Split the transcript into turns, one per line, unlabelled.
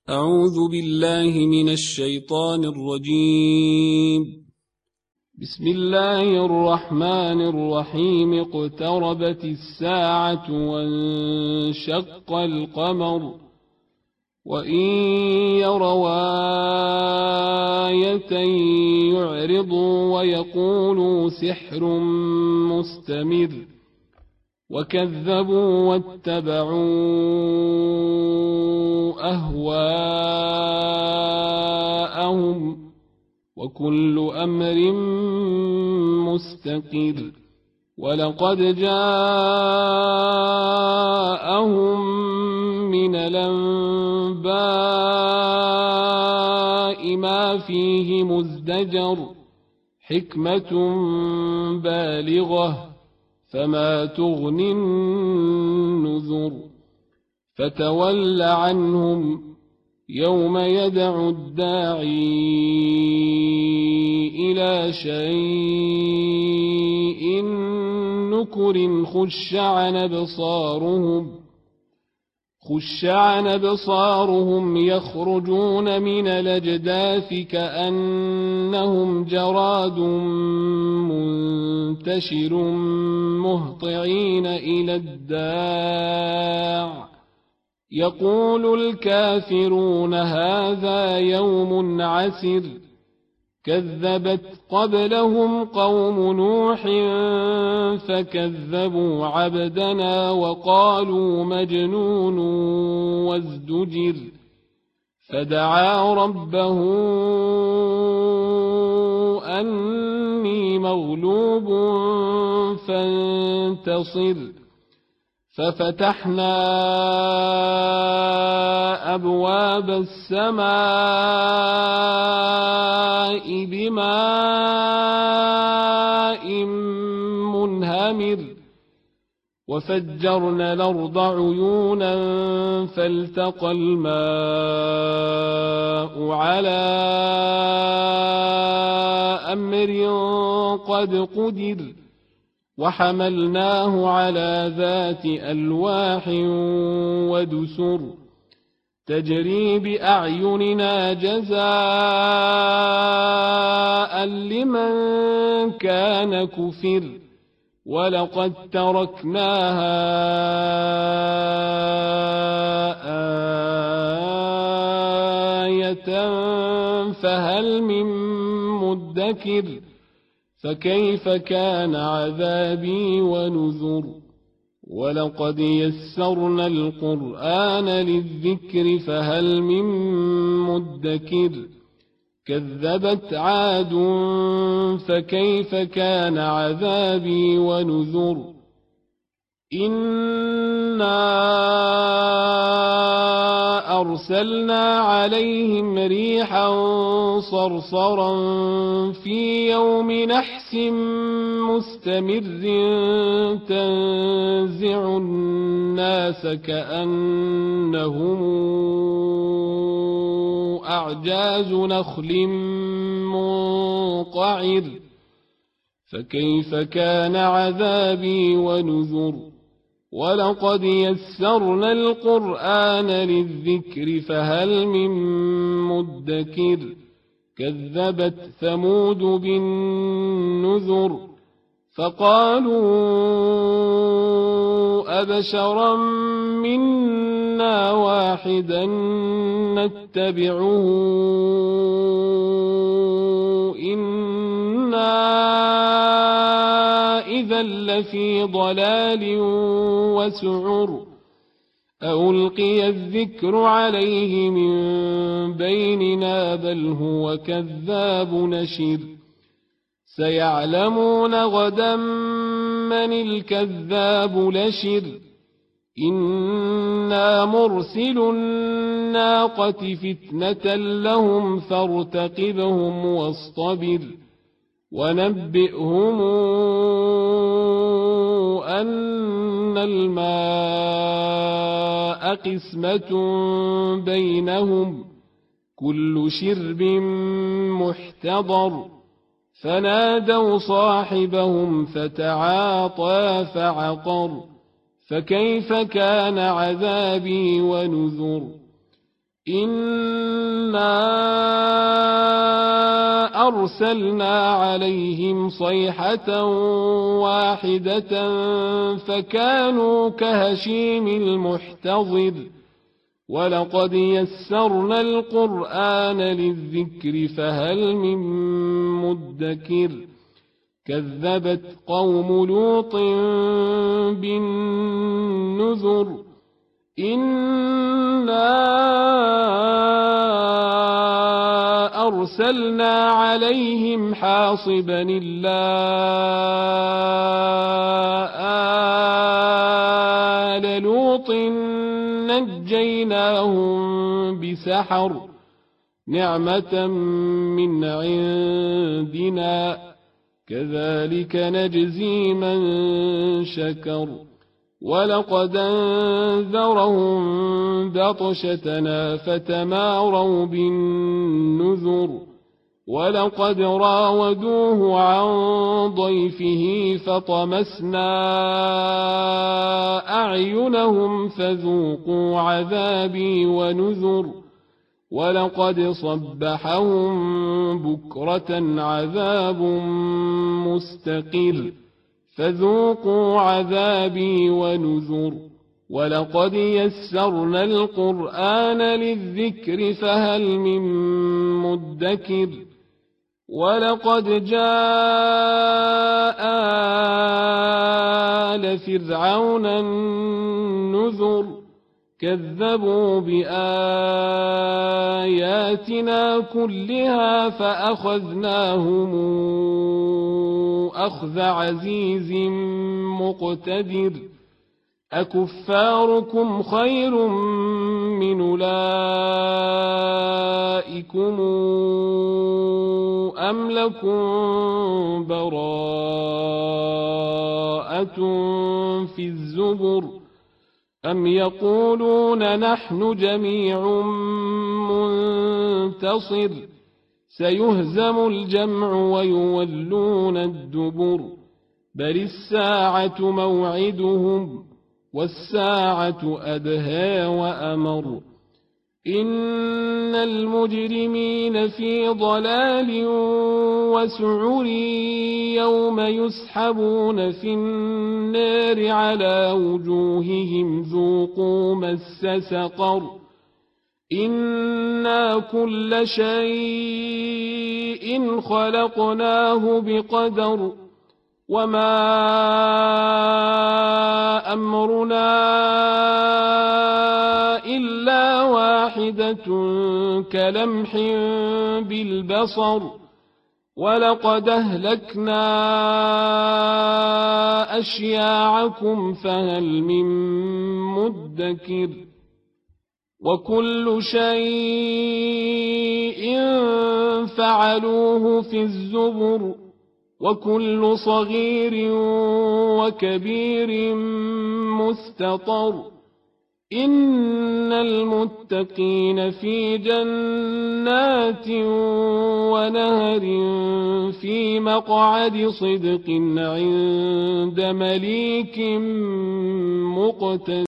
أعوذ بالله من الشيطان الرجيم. بسم الله الرحمن الرحيم. اقتربت الساعة وانشق القمر وإن يروا آية يعرضوا ويقولوا سحر مستمر وكذبوا واتبعوا أهواءهم وكل أمر مستقر. ولقد جاءهم من الأنباء ما فيه مزدجر حكمة بالغة فما تغني النذر. فتول عنهم يوم يدعو الداعي إلى شيء نكر. خش عن أبصارهم يخرجون من الأجداث كأنهم جراد منتشر مهطعين إلى الداع يقول الكافرون هذا يوم عسر. كذبت قبلهم قوم نوح فكذبوا عبدنا وقالوا مجنون وازدجر. فدعا ربه أني مغلوب فانتصر. ففتحنا أبواب السماء بماء منهمر وفجرنا الأرض عيونا فالتقى الماء على أمر قد قدر. وحملناه على ذات ألواح ودسر تجري بأعيننا جزاء لمن كان كفر. ولقد تركناها آية فهل من مدكر. فكيف كان عذابي ونذر. ولقد يسرنا القرآن للذكر فهل من مدكر. كذبت عاد فكيف كان عذابي ونذر. إنا أرسلنا عليهم ريحا صرصرا في يوم نحس مستمر تنزع الناس كأنهم أعجاز نخل منقعر. فكيف كان عذابي ونذر. ولقد يسرنا القرآن للذكر فهل من مدكر. كذبت ثمود بالنذر فقالوا أبشرا منا واحدا نتبعه إنا إذا لفي ضلال وسعر. ألقي الذكر عليه من بيننا بل هو كذاب نشر. سيعلمون غدا من الكذاب لشر. إنا مرسل الناقة فتنة لهم فارتقبهم واصطبر. ونبئهم أن الماء قسمة بينهم كل شرب محتضر. فنادوا صاحبهم فتعاطى فعقر. فكيف كان عذابي ونذر. إنا أرسلنا عليهم صيحة واحدة فكانوا كهشيم المحتضر ولقد يسرنا القرآن للذكر فهل من مدكر كذبت قوم لوط بالنذر إنا أرسلنا عليهم حاصبا إلا آل لوط نجيناهم بسحر نعمة من عندنا كذلك نجزي من شكر ولقد أنذرهم بطشتنا فتماروا بالنذر ولقد راودوه عن ضيفه فطمسنا أعينهم فذوقوا عذابي ونذر ولقد صبحهم بكرة عذاب مستقر فذوقوا عذابي ونذر ولقد يسرنا القرآن للذكر فهل من مدكر ولقد جاء آل فرعون النذر كذبوا بآياتنا كلها فأخذناهم أخذ عزيز مقتدر أكفاركم خير من أولئكم أم لكم براءة في الزبر أم يقولون نحن جميع منتصر سيهزم الجمع ويولون الدبر بل الساعة موعدهم والساعة أدهى وأمر إن المجرمين في ضلال وسعر يوم يسحبون في النار على وجوههم ذوقوا مس سقر إنا كل شيء خلقناه بقدر وما أمرنا إلا واحدة كلمح بالبصر ولقد أهلكنا أشياعكم فهل من مدكر وكل شيء فعلوه في الزبر وكل صغير وكبير مستطر إن المتقين في جنات ونهر في مقعد صدق عند مليك مقتدر